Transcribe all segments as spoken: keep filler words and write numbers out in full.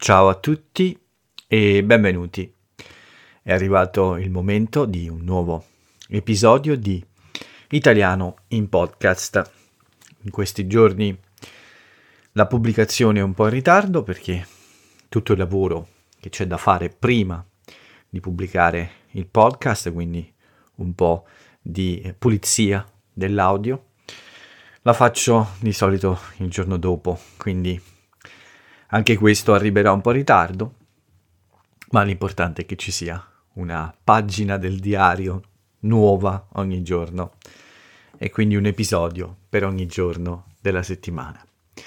Ciao a tutti e benvenuti. È arrivato il momento di un nuovo episodio di Italiano in Podcast. In questi giorni la pubblicazione è un po' in ritardo perché tutto il lavoro che c'è da fare prima di pubblicare il podcast, quindi un po' di pulizia dell'audio, la faccio di solito il giorno dopo, quindi anche questo arriverà un po' in ritardo, ma l'importante è che ci sia una pagina del diario nuova ogni giorno e quindi un episodio per ogni giorno della settimana.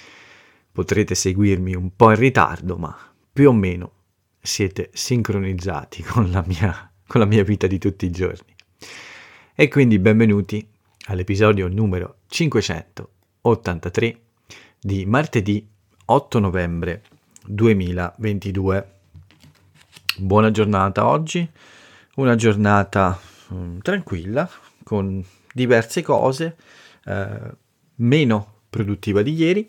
Potrete seguirmi un po' in ritardo, ma più o meno siete sincronizzati con la mia, con la mia vita di tutti i giorni. E quindi benvenuti all'episodio numero cinquecentottantatré di martedì otto novembre duemilaventidue. Buona giornata oggi, una giornata um, tranquilla, con diverse cose, eh, meno produttiva di ieri,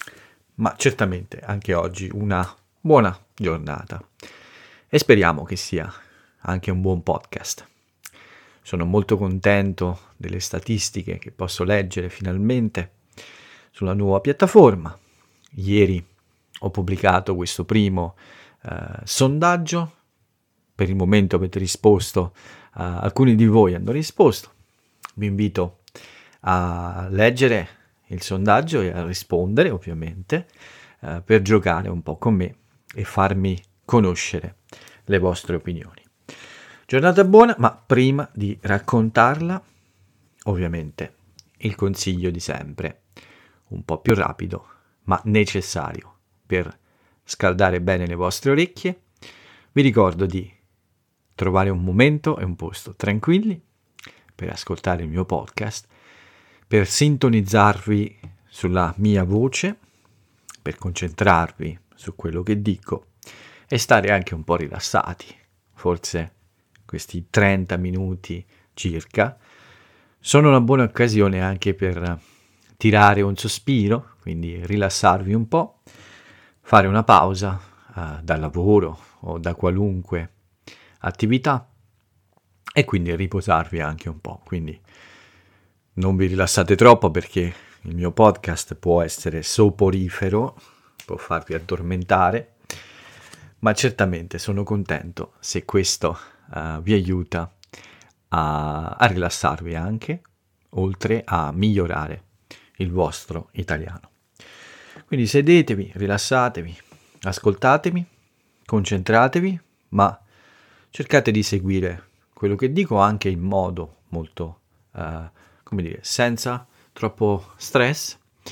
ma certamente anche oggi una buona giornata. E speriamo che sia anche un buon podcast. Sono molto contento delle statistiche che posso leggere finalmente sulla nuova piattaforma. Ieri ho pubblicato questo primo eh, sondaggio, per il momento avete risposto, eh, alcuni di voi hanno risposto, vi invito a leggere il sondaggio e a rispondere ovviamente eh, per giocare un po' con me e farmi conoscere le vostre opinioni. Giornata buona, ma prima di raccontarla, ovviamente il consiglio di sempre, un po' più rapido ma necessario per scaldare bene le vostre orecchie. Vi ricordo di trovare un momento e un posto tranquilli per ascoltare il mio podcast, per sintonizzarvi sulla mia voce, per concentrarvi su quello che dico e stare anche un po' rilassati. Forse questi trenta minuti circa sono una buona occasione anche per tirare un sospiro, quindi rilassarvi un po', fare una pausa uh, dal lavoro o da qualunque attività e quindi riposarvi anche un po'. Quindi non vi rilassate troppo perché il mio podcast può essere soporifero, può farvi addormentare, ma certamente sono contento se questo uh, vi aiuta a, a rilassarvi anche, oltre a migliorare il vostro italiano. Quindi sedetevi, rilassatevi, ascoltatemi, concentratevi, ma cercate di seguire quello che dico anche in modo molto, uh, come dire, senza troppo stress,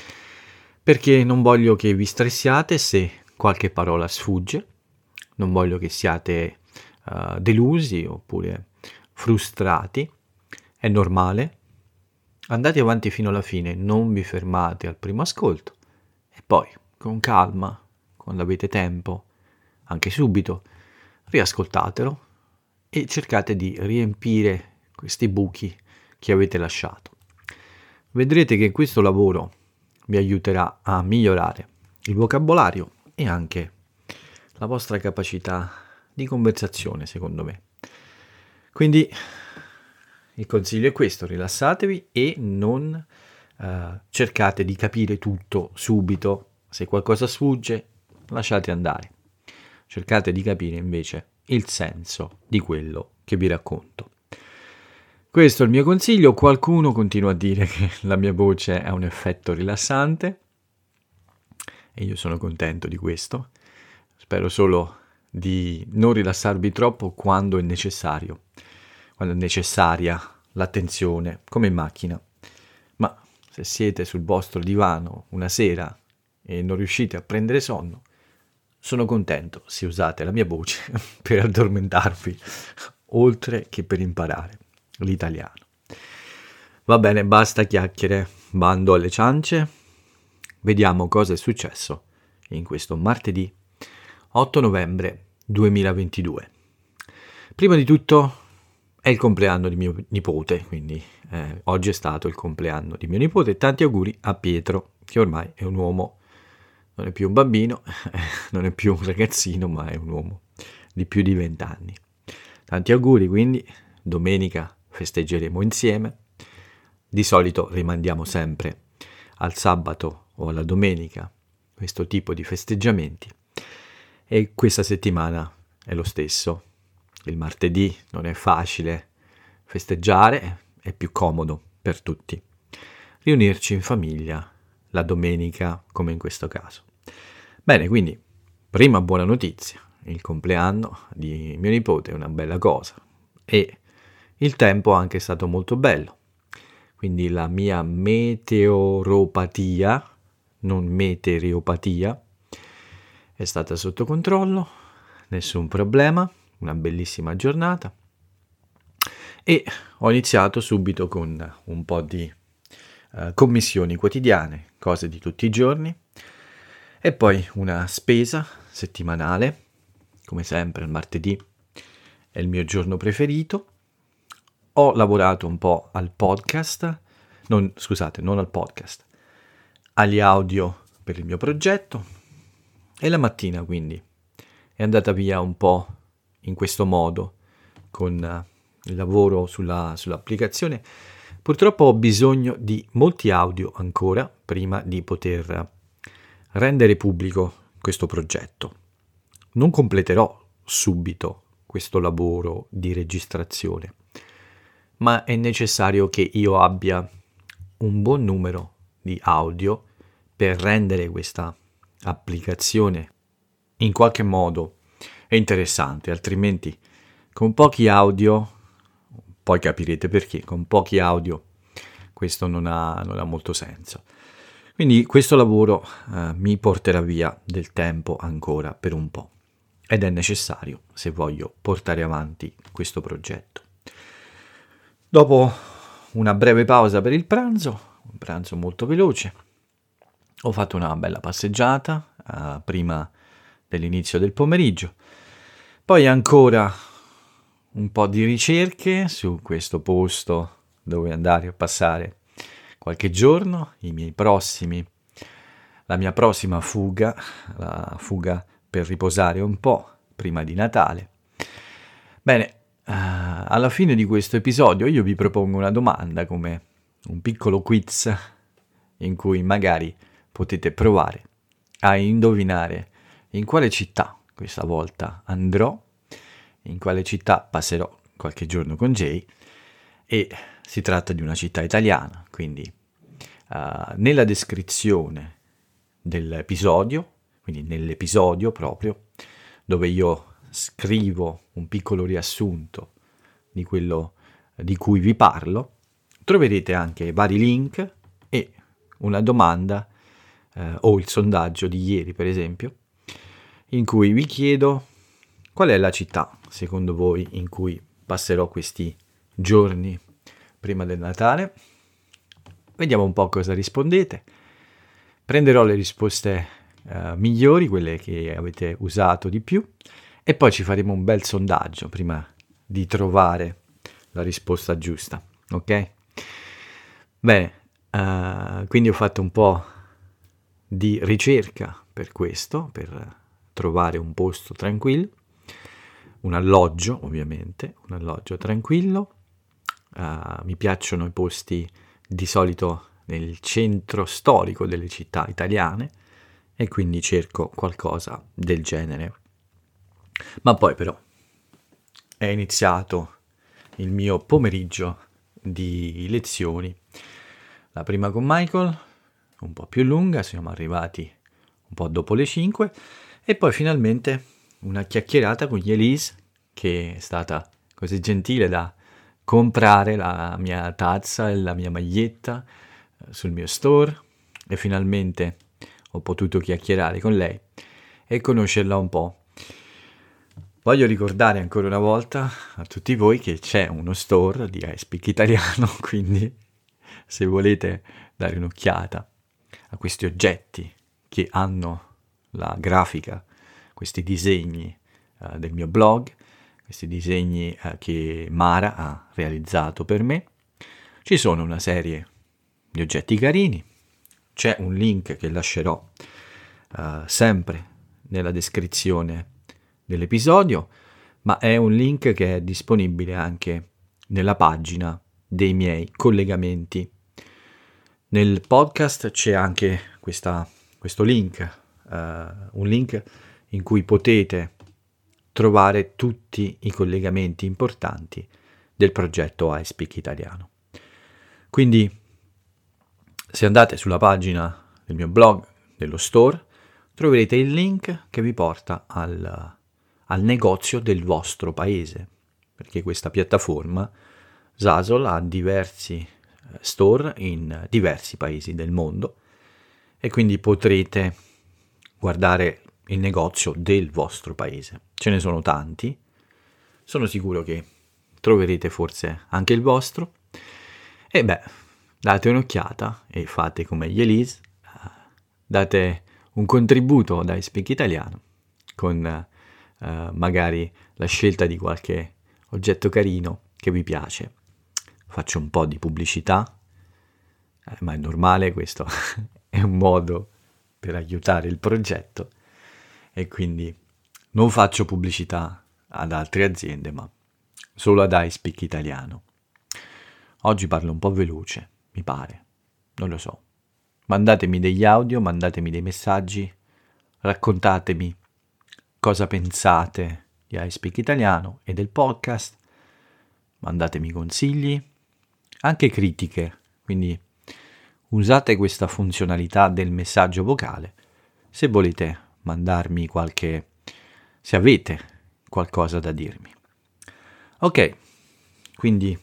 perché non voglio che vi stressiate se qualche parola sfugge, non voglio che siate uh, delusi oppure frustrati, è normale. Andate avanti fino alla fine, non vi fermate al primo ascolto e poi, con calma, quando avete tempo, anche subito, riascoltatelo e cercate di riempire questi buchi che avete lasciato. Vedrete che questo lavoro vi aiuterà a migliorare il vocabolario e anche la vostra capacità di conversazione, secondo me. Quindi il consiglio è questo: rilassatevi e non uh, cercate di capire tutto subito. Se qualcosa sfugge, lasciate andare. Cercate di capire invece il senso di quello che vi racconto. Questo è il mio consiglio. Qualcuno continua a dire che la mia voce ha un effetto rilassante e io sono contento di questo. Spero solo di non rilassarvi troppo quando è necessario. quando è necessaria l'attenzione, come in macchina. Ma se siete sul vostro divano una sera e non riuscite a prendere sonno, sono contento se usate la mia voce per addormentarvi, oltre che per imparare l'italiano. Va bene, basta chiacchiere, bando alle ciance. Vediamo cosa è successo in questo martedì otto novembre duemilaventidue. Prima di tutto è il compleanno di mio nipote, quindi eh, oggi è stato il compleanno di mio nipote. Tanti auguri a Pietro, che ormai è un uomo non è più un bambino, non è più un ragazzino, ma è un uomo di più di vent'anni. Tanti auguri, quindi domenica festeggeremo insieme. Di solito rimandiamo sempre al sabato o alla domenica questo tipo di festeggiamenti e questa settimana è lo stesso. Il martedì non è facile festeggiare, è più comodo per tutti riunirci in famiglia la domenica come in questo caso. Bene, quindi prima buona notizia, il compleanno di mio nipote è una bella cosa e il tempo anche è stato molto bello, quindi la mia meteoropatia, non meteoropatia, è stata sotto controllo, nessun problema, una bellissima giornata e ho iniziato subito con un po' di uh, commissioni quotidiane, cose di tutti i giorni e poi una spesa settimanale, come sempre il martedì è il mio giorno preferito. Ho lavorato un po' al podcast, non, scusate, non al podcast, agli audio per il mio progetto e la mattina quindi è andata via un po' in questo modo con uh, il lavoro sulla, sull'applicazione. Purtroppo ho bisogno di molti audio ancora prima di poter rendere pubblico questo progetto. Non completerò subito questo lavoro di registrazione, ma è necessario che io abbia un buon numero di audio per rendere questa applicazione in qualche modo interessante, altrimenti con pochi audio, poi capirete perché, con pochi audio questo non ha, non ha molto senso. Quindi questo lavoro eh, mi porterà via del tempo ancora per un po' ed è necessario se voglio portare avanti questo progetto. Dopo una breve pausa per il pranzo, un pranzo molto veloce, ho fatto una bella passeggiata uh, prima dell'inizio del pomeriggio, poi ancora un po' di ricerche su questo posto dove andare a passare qualche giorno, i miei prossimi, la mia prossima fuga, la fuga per riposare un po' prima di Natale. Bene, Uh, alla fine di questo episodio io vi propongo una domanda come un piccolo quiz in cui magari potete provare a indovinare in quale città questa volta andrò, in quale città passerò qualche giorno con Jay e si tratta di una città italiana, quindi uh, nella descrizione dell'episodio, quindi nell'episodio proprio, dove io scrivo un piccolo riassunto di quello di cui vi parlo, troverete anche vari link e una domanda eh, o il sondaggio di ieri, per esempio, in cui vi chiedo qual è la città, secondo voi, in cui passerò questi giorni prima del Natale. Vediamo un po' cosa rispondete. Prenderò le risposte eh, migliori, quelle che avete usato di più, e poi ci faremo un bel sondaggio prima di trovare la risposta giusta, ok? Bene, uh, quindi ho fatto un po' di ricerca per questo, per trovare un posto tranquillo, un alloggio ovviamente, un alloggio tranquillo. Uh, mi piacciono i posti di solito nel centro storico delle città italiane e quindi cerco qualcosa del genere. Ma poi però è iniziato il mio pomeriggio di lezioni, la prima con Michael, un po' più lunga, siamo arrivati un po' dopo le cinque, e poi finalmente una chiacchierata con Elise, che è stata così gentile da comprare la mia tazza e la mia maglietta sul mio store, e finalmente ho potuto chiacchierare con lei e conoscerla un po'. Voglio ricordare ancora una volta a tutti voi che c'è uno store di iSpeak Italiano, quindi se volete dare un'occhiata a questi oggetti che hanno la grafica, questi disegni uh, del mio blog, questi disegni uh, che Mara ha realizzato per me, ci sono una serie di oggetti carini, c'è un link che lascerò uh, sempre nella descrizione dell'episodio, ma è un link che è disponibile anche nella pagina dei miei collegamenti. Nel podcast c'è anche questa, questo link, uh, un link in cui potete trovare tutti i collegamenti importanti del progetto I Speak Italiano. Quindi, se andate sulla pagina del mio blog, dello store, troverete il link che vi porta al, al negozio del vostro paese, perché questa piattaforma Zasol ha diversi store in diversi paesi del mondo e quindi potrete guardare il negozio del vostro paese. Ce ne sono tanti, sono sicuro che troverete forse anche il vostro e beh, date un'occhiata e fate come gli Elise, date un contributo da I Speak Italiano con uh, magari la scelta di qualche oggetto carino che vi piace. Faccio un po' di pubblicità, eh, ma è normale, questo è un modo per aiutare il progetto e quindi non faccio pubblicità ad altre aziende, ma solo ad I Speak Italiano. Oggi parlo un po' veloce, mi pare, non lo so. Mandatemi degli audio, mandatemi dei messaggi, raccontatemi cosa pensate di I Speak Italiano e del podcast, mandatemi consigli, anche critiche, quindi usate questa funzionalità del messaggio vocale se volete mandarmi qualche, se avete qualcosa da dirmi. Ok, quindi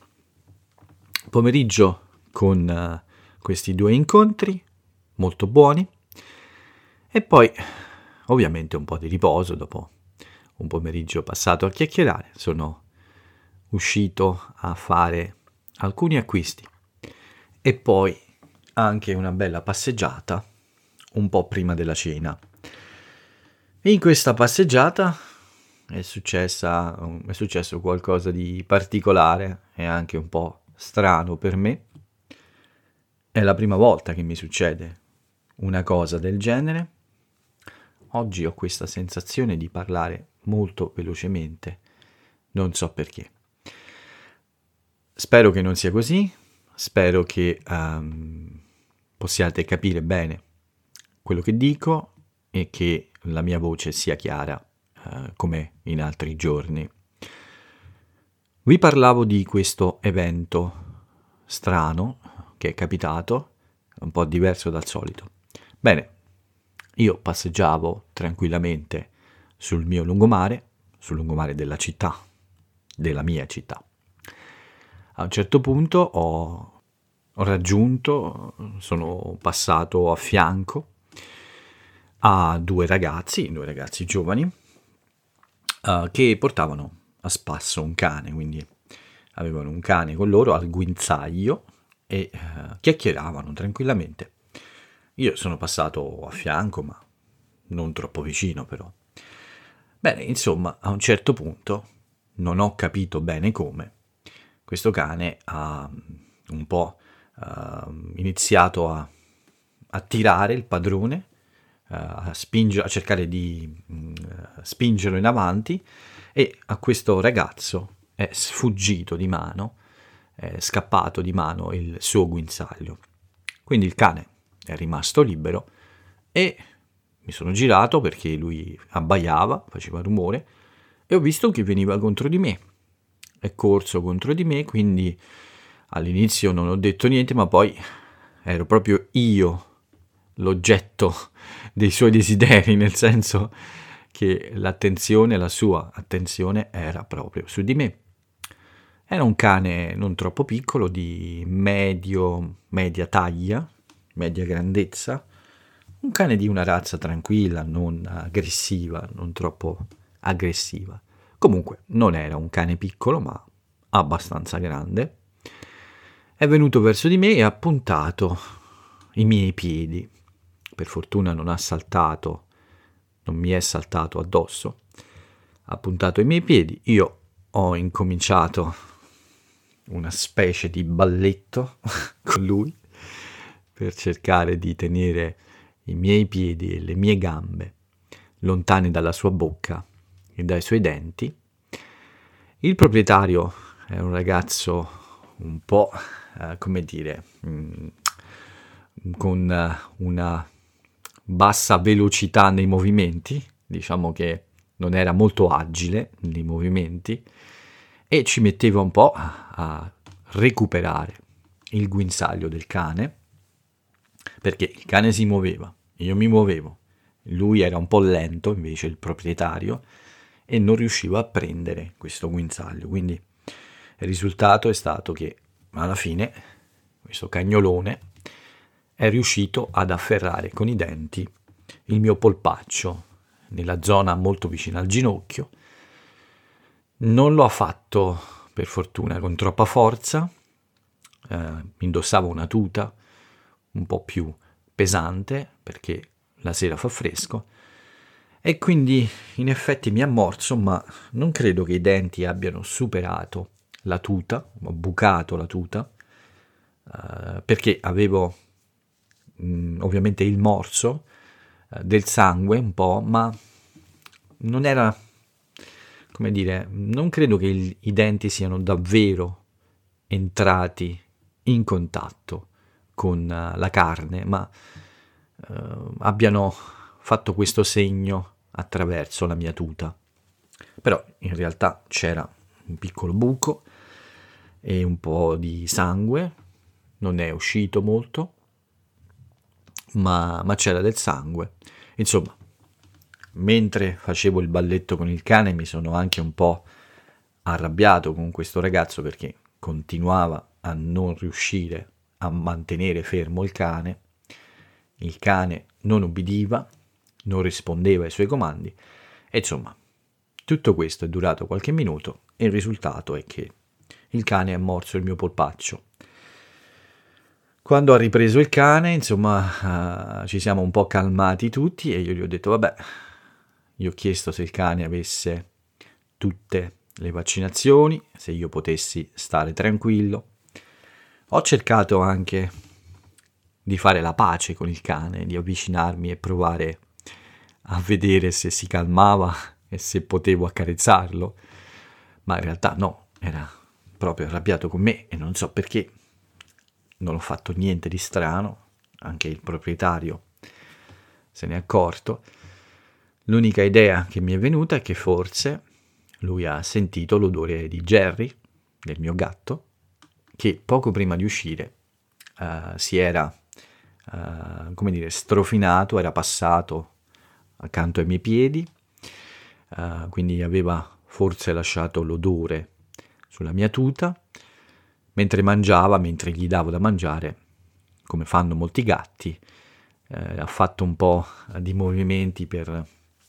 pomeriggio con uh, questi due incontri molto buoni e poi ovviamente un po' di riposo dopo un pomeriggio passato a chiacchierare. Sono uscito a fare alcuni acquisti e poi anche una bella passeggiata un po' prima della cena. E in questa passeggiata è successa è successo qualcosa di particolare e anche un po' strano per me. È la prima volta che mi succede una cosa del genere. Oggi ho questa sensazione di parlare molto velocemente, non so perché. Spero che non sia così, spero che um, possiate capire bene quello che dico e che la mia voce sia chiara, uh, come in altri giorni. Vi parlavo di questo evento strano che è capitato, un po' diverso dal solito. Bene, io passeggiavo tranquillamente sul mio lungomare, sul lungomare della città, della mia città. A un certo punto ho, ho raggiunto, sono passato a fianco a due ragazzi, due ragazzi giovani, uh, che portavano a spasso un cane, quindi avevano un cane con loro al guinzaglio e uh, chiacchieravano tranquillamente. Io sono passato a fianco, ma non troppo vicino però. Bene, insomma, a un certo punto, non ho capito bene come, questo cane ha un po' uh, iniziato a, a tirare il padrone, uh, a, spingere, a cercare di uh, spingerlo in avanti e a questo ragazzo è sfuggito di mano, è scappato di mano il suo guinzaglio. Quindi il cane è rimasto libero e mi sono girato perché lui abbaiava, faceva rumore e ho visto che veniva contro di me. È corso contro di me, quindi all'inizio non ho detto niente, ma poi ero proprio io l'oggetto dei suoi desideri, nel senso che l'attenzione, la sua attenzione era proprio su di me. Era un cane non troppo piccolo, di medio, media taglia, media grandezza, un cane di una razza tranquilla, non aggressiva, non troppo aggressiva. Comunque non era un cane piccolo, ma abbastanza grande. È venuto verso di me e ha puntato i miei piedi. Per fortuna non ha saltato, non mi è saltato addosso. Ha puntato i miei piedi. Io ho incominciato una specie di balletto con lui per cercare di tenere i miei piedi e le mie gambe lontani dalla sua bocca e dai suoi denti. Il proprietario è un ragazzo un po', eh, come dire, mh, con uh, una bassa velocità nei movimenti, diciamo che non era molto agile nei movimenti e ci metteva un po' a recuperare il guinzaglio del cane, perché il cane si muoveva, io mi muovevo, lui era un po' lento invece il proprietario e non riusciva a prendere questo guinzaglio, quindi il risultato è stato che alla fine questo cagnolone è riuscito ad afferrare con i denti il mio polpaccio nella zona molto vicina al ginocchio. Non lo ha fatto per fortuna con troppa forza, eh, indossavo una tuta un po' più pesante perché la sera fa fresco e quindi in effetti mi ha morso, ma non credo che i denti abbiano superato la tuta, ho bucato la tuta, eh, perché avevo mh, ovviamente il morso, eh, del sangue un po', ma non era, come dire, non credo che il, i denti siano davvero entrati in contatto con uh, la carne, ma uh, abbiano fatto questo segno attraverso la mia tuta. Però in realtà c'era un piccolo buco e un po' di sangue, non è uscito molto, ma, ma c'era del sangue. Insomma, mentre facevo il balletto con il cane mi sono anche un po' arrabbiato con questo ragazzo perché continuava a non riuscire a mantenere fermo il cane, il cane non ubbidiva, non rispondeva ai suoi comandi e insomma tutto questo è durato qualche minuto e il risultato è che il cane ha morso il mio polpaccio. Quando ha ripreso il cane, insomma, uh, ci siamo un po' calmati tutti e io gli ho detto vabbè, gli ho chiesto se il cane avesse tutte le vaccinazioni, se io potessi stare tranquillo. Ho cercato anche di fare la pace con il cane, di avvicinarmi e provare a vedere se si calmava e se potevo accarezzarlo, ma in realtà no, era proprio arrabbiato con me e non so perché. Non ho fatto niente di strano, anche il proprietario se n'è accorto. L'unica idea che mi è venuta è che forse lui ha sentito l'odore di Jerry, del mio gatto, che poco prima di uscire uh, si era, uh, come dire, strofinato, era passato accanto ai miei piedi, uh, quindi aveva forse lasciato l'odore sulla mia tuta. Mentre mangiava, mentre gli davo da mangiare, come fanno molti gatti, eh, ha fatto un po' di movimenti per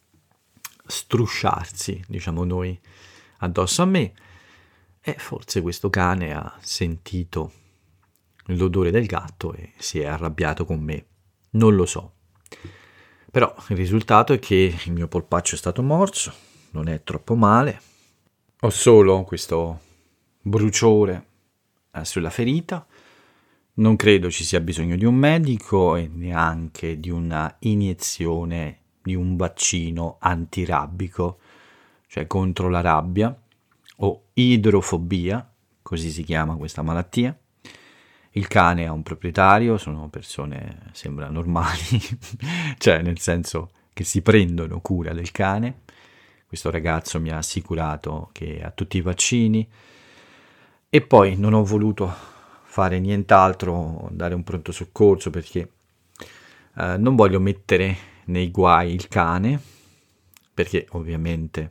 strusciarsi, diciamo noi, addosso a me e forse questo cane ha sentito l'odore del gatto e si è arrabbiato con me. Non lo so. Però il risultato è che il mio polpaccio è stato morso, non è troppo male, ho solo questo bruciore sulla ferita, non credo ci sia bisogno di un medico e neanche di una iniezione di un vaccino antirabbico, cioè contro la rabbia o idrofobia, così si chiama questa malattia. Il cane ha un proprietario, sono persone, sembra normali, cioè nel senso che si prendono cura del cane. Questo ragazzo mi ha assicurato che ha tutti i vaccini. E poi non ho voluto fare nient'altro, dare un pronto soccorso perché eh, non voglio mettere nei guai il cane, perché ovviamente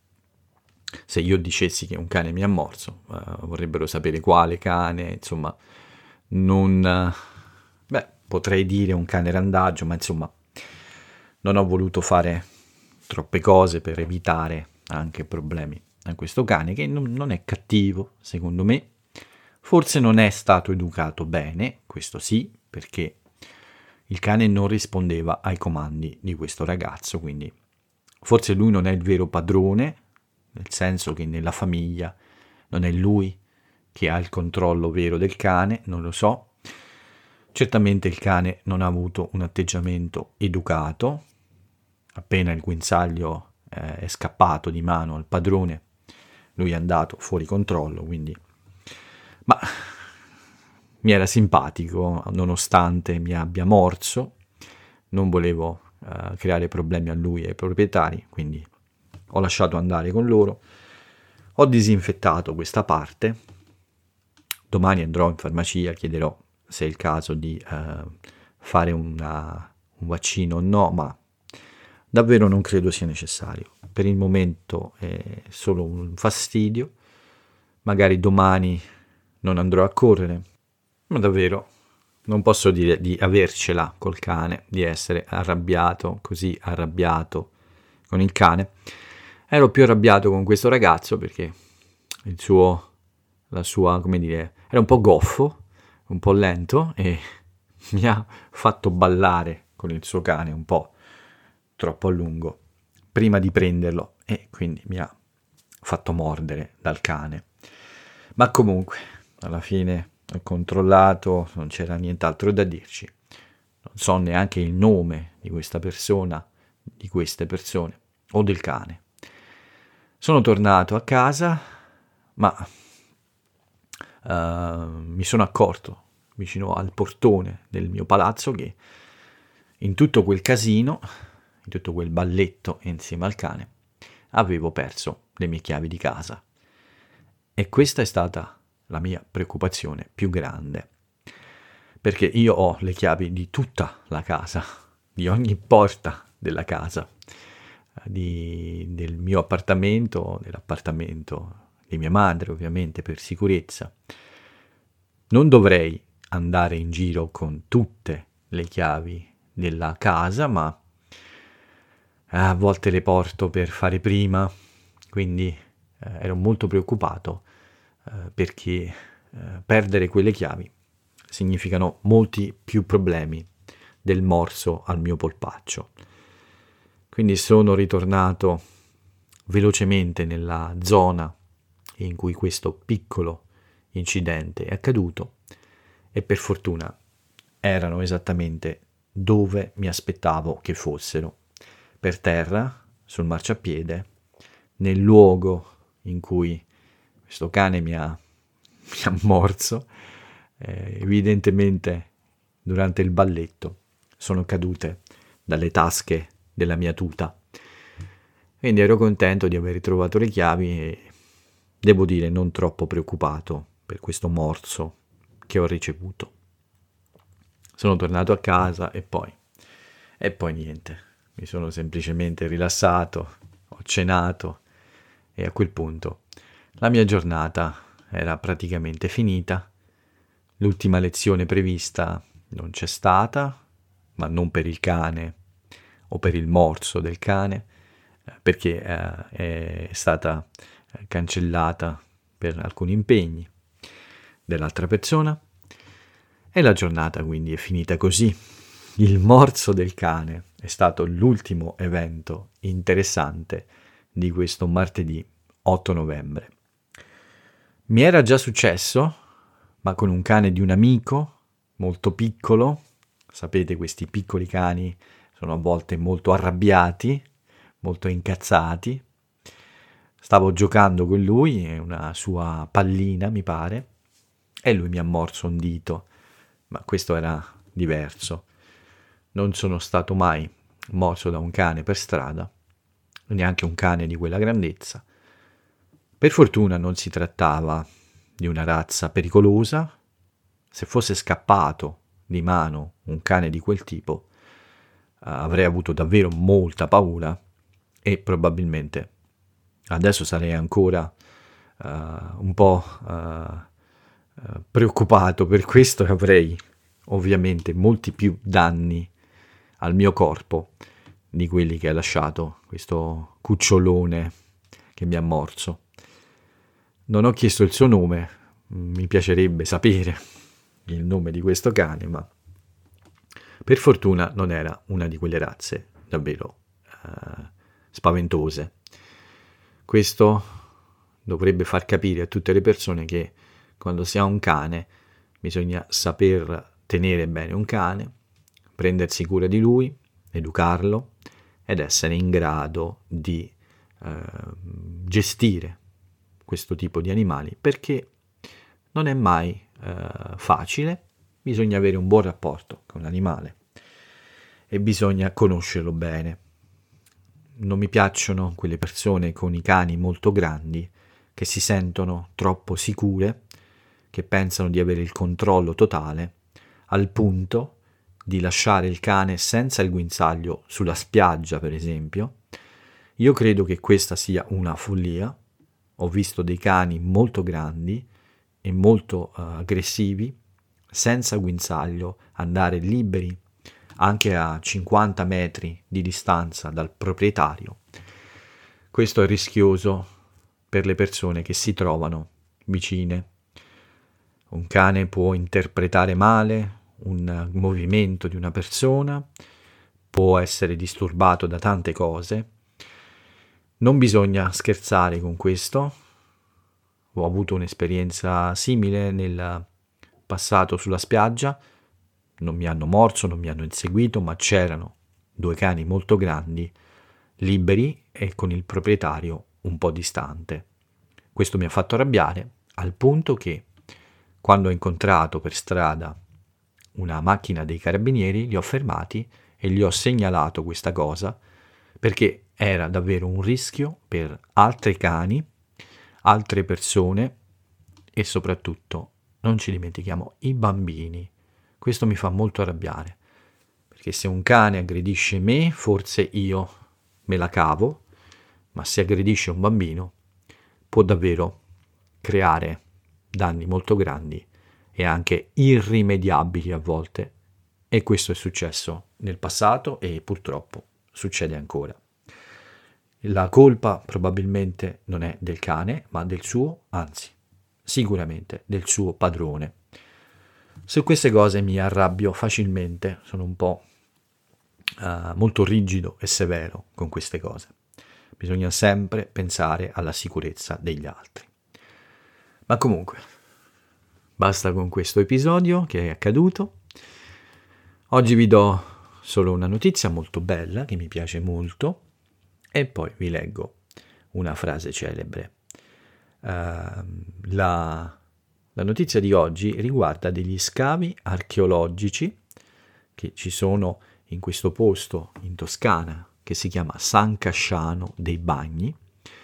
se io dicessi che un cane mi ha morso, eh, vorrebbero sapere quale cane, insomma, non... Beh, potrei dire un cane randagio, ma insomma, non ho voluto fare troppe cose per evitare anche problemi a questo cane che non, non è cattivo, secondo me. Forse non è stato educato bene, questo sì, perché il cane non rispondeva ai comandi di questo ragazzo, quindi forse lui non è il vero padrone, nel senso che nella famiglia non è lui che ha il controllo vero del cane, non lo so. Certamente il cane non ha avuto un atteggiamento educato. Appena il guinzaglio eh, è scappato di mano al padrone, lui è andato fuori controllo, quindi... Ma mi era simpatico, nonostante mi abbia morso. Non volevo eh, creare problemi a lui e ai proprietari, quindi ho lasciato andare con loro. Ho disinfettato questa parte. Domani andrò in farmacia, chiederò se è il caso di eh, fare una, un vaccino o no, ma davvero non credo sia necessario. Per il momento è solo un fastidio. Magari domani non andrò a correre, ma davvero non posso dire di avercela col cane, di essere arrabbiato, così arrabbiato con il cane. Ero più arrabbiato con questo ragazzo perché il suo, la sua, come dire, era un po' goffo, un po' lento e mi ha fatto ballare con il suo cane un po' troppo a lungo prima di prenderlo e quindi mi ha fatto mordere dal cane. Ma comunque, alla fine ho controllato, non c'era nient'altro da dirci. Non so neanche il nome di questa persona, di queste persone, o del cane. Sono tornato a casa, ma uh, mi sono accorto, vicino al portone del mio palazzo, che in tutto quel casino, in tutto quel balletto insieme al cane, avevo perso le mie chiavi di casa. E questa è stata la mia preoccupazione più grande, perché io ho le chiavi di tutta la casa, di ogni porta della casa, di, del mio appartamento, dell'appartamento di mia madre, ovviamente, per sicurezza. Non dovrei andare in giro con tutte le chiavi della casa, ma a volte le porto per fare prima, quindi eh, ero molto preoccupato eh, perché eh, perdere quelle chiavi significano molti più problemi del morso al mio polpaccio. Quindi sono ritornato velocemente nella zona in cui questo piccolo incidente è accaduto e per fortuna erano esattamente dove mi aspettavo che fossero, per terra, sul marciapiede, nel luogo in cui questo cane mi ha, mi ha morso. Eh, evidentemente durante il balletto sono cadute dalle tasche della mia tuta. Quindi ero contento di aver ritrovato le chiavi e devo dire non troppo preoccupato per questo morso che ho ricevuto. Sono tornato a casa e poi, e poi niente. Mi sono semplicemente rilassato, ho cenato e a quel punto la mia giornata era praticamente finita. L'ultima lezione prevista non c'è stata, ma non per il cane o per il morso del cane, perché eh, è stata cancellata per alcuni impegni dell'altra persona e la giornata quindi è finita così. Il morso del cane è stato l'ultimo evento interessante di questo martedì otto novembre. Mi era già successo, ma con un cane di un amico, molto piccolo. Sapete, questi piccoli cani sono a volte molto arrabbiati, molto incazzati. Stavo giocando con lui, una sua pallina, mi pare, e lui mi ha morso un dito, ma questo era diverso. Non sono stato mai morso da un cane per strada, neanche un cane di quella grandezza. Per fortuna non si trattava di una razza pericolosa. Se fosse scappato di mano un cane di quel tipo, uh, avrei avuto davvero molta paura e probabilmente adesso sarei ancora uh, un po' uh, uh, preoccupato per questo e avrei ovviamente molti più danni al mio corpo di quelli che ha lasciato questo cucciolone che mi ha morso. Non ho chiesto il suo nome, mi piacerebbe sapere il nome di questo cane, ma per fortuna non era una di quelle razze davvero uh, spaventose. Questo dovrebbe far capire a tutte le persone che quando si ha un cane bisogna saper tenere bene un cane, prendersi cura di lui, educarlo ed essere in grado di eh, gestire questo tipo di animali, perché non è mai eh, facile, bisogna avere un buon rapporto con l'animale e bisogna conoscerlo bene. Non mi piacciono quelle persone con i cani molto grandi che si sentono troppo sicure, che pensano di avere il controllo totale, al punto di lasciare il cane senza il guinzaglio sulla spiaggia, per esempio. Io credo che questa sia una follia. Ho visto dei cani molto grandi e molto uh, aggressivi, senza guinzaglio, andare liberi anche a cinquanta metri di distanza dal proprietario. Questo è rischioso per le persone che si trovano vicine. Un cane può interpretare male un movimento di una persona, può essere disturbato da tante cose. Non bisogna scherzare con questo. Ho avuto un'esperienza simile nel passato sulla spiaggia. Non mi hanno morso, non mi hanno inseguito, ma c'erano due cani molto grandi, liberi e con il proprietario un po' distante. Questo mi ha fatto arrabbiare, al punto che quando ho incontrato per strada una macchina dei carabinieri, li ho fermati e gli ho segnalato questa cosa, perché era davvero un rischio per altri cani, altre persone e soprattutto, non ci dimentichiamo, i bambini. Questo mi fa molto arrabbiare, perché se un cane aggredisce me, forse io me la cavo, ma se aggredisce un bambino può davvero creare danni molto grandi e anche irrimediabili a volte, e questo è successo nel passato e purtroppo succede ancora. La colpa probabilmente non è del cane, ma del suo, anzi, sicuramente del suo padrone. Su queste cose mi arrabbio facilmente, sono un po' uh, molto rigido e severo con queste cose. Bisogna sempre pensare alla sicurezza degli altri. Ma comunque, basta con questo episodio che è accaduto. Oggi vi do solo una notizia molto bella che mi piace molto e poi vi leggo una frase celebre. Uh, la, la notizia di oggi riguarda degli scavi archeologici che ci sono in questo posto in Toscana che si chiama San Casciano dei Bagni.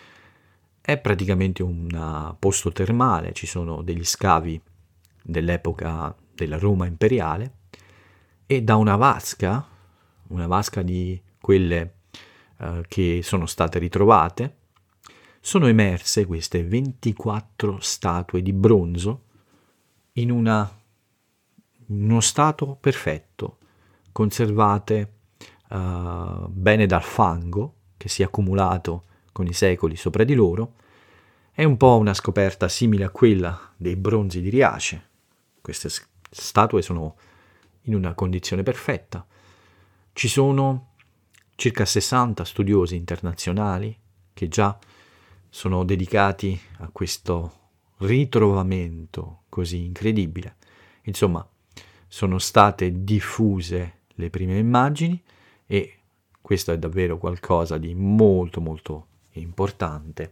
È praticamente un posto termale, ci sono degli scavi dell'epoca della Roma imperiale e da una vasca, una vasca di quelle uh, che sono state ritrovate, sono emerse queste ventiquattro statue di bronzo in, una, in uno stato perfetto, conservate uh, bene dal fango che si è accumulato con i secoli sopra di loro. È un po' una scoperta simile a quella dei bronzi di Riace. Queste statue sono in una condizione perfetta. Ci sono circa sessanta studiosi internazionali che già sono dedicati a questo ritrovamento così incredibile. Insomma, sono state diffuse le prime immagini e questo è davvero qualcosa di molto molto importante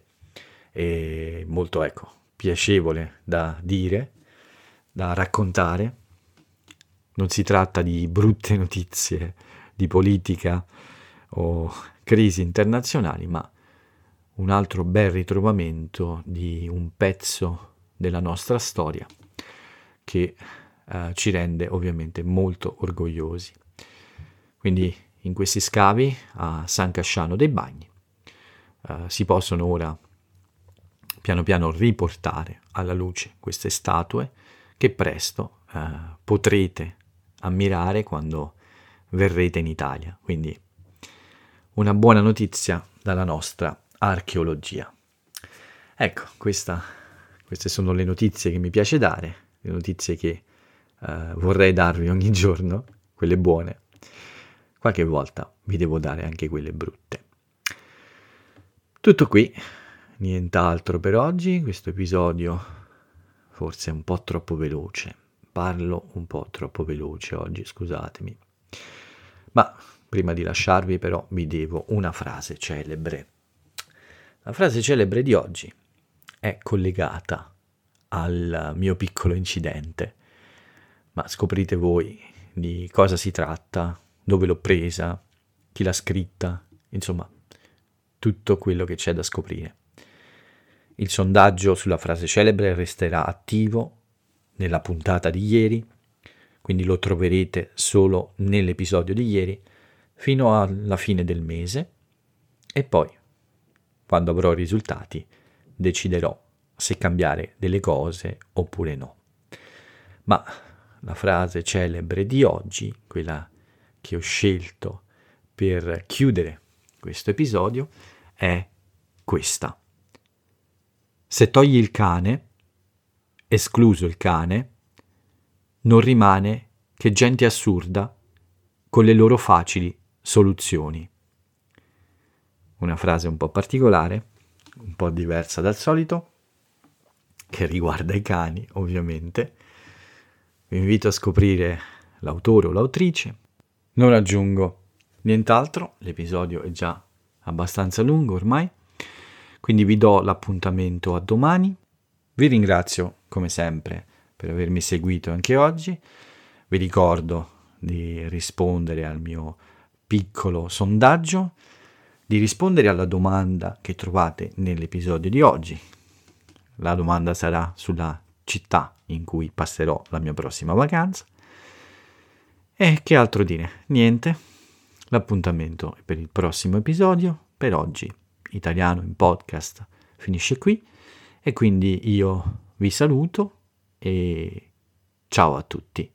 e molto, ecco, piacevole da dire, da raccontare. Non si tratta di brutte notizie di politica o crisi internazionali, ma un altro bel ritrovamento di un pezzo della nostra storia che eh, ci rende ovviamente molto orgogliosi. Quindi in questi scavi a San Casciano dei Bagni eh, si possono ora piano piano riportare alla luce queste statue che presto eh, potrete ammirare quando verrete in Italia. Quindi una buona notizia dalla nostra archeologia. Ecco, questa, queste sono le notizie che mi piace dare, le notizie che eh, vorrei darvi ogni giorno, quelle buone. Qualche volta vi devo dare anche quelle brutte. Tutto qui, nient'altro per oggi. Questo episodio forse è un po' troppo veloce, parlo un po' troppo veloce oggi, scusatemi. Ma prima di lasciarvi però vi devo una frase celebre. La frase celebre di oggi è collegata al mio piccolo incidente, ma scoprite voi di cosa si tratta, dove l'ho presa, chi l'ha scritta, insomma, tutto quello che c'è da scoprire. Il sondaggio sulla frase celebre resterà attivo nella puntata di ieri, quindi lo troverete solo nell'episodio di ieri, fino alla fine del mese, e poi, quando avrò i risultati, deciderò se cambiare delle cose oppure no. Ma la frase celebre di oggi, quella che ho scelto per chiudere questo episodio, è questa. Se togli il cane, escluso il cane, non rimane che gente assurda con le loro facili soluzioni. Una frase un po' particolare, un po' diversa dal solito, che riguarda i cani, ovviamente. Vi invito a scoprire l'autore o l'autrice. Non aggiungo nient'altro, l'episodio è già abbastanza lungo ormai, quindi vi do l'appuntamento a domani. Vi ringrazio, come sempre, per avermi seguito anche oggi. Vi ricordo di rispondere al mio piccolo sondaggio, di rispondere alla domanda che trovate nell'episodio di oggi. La domanda sarà sulla città in cui passerò la mia prossima vacanza. E che altro dire? Niente. L'appuntamento è per il prossimo episodio. Per oggi Italiano in Podcast finisce qui e quindi io vi saluto e ciao a tutti.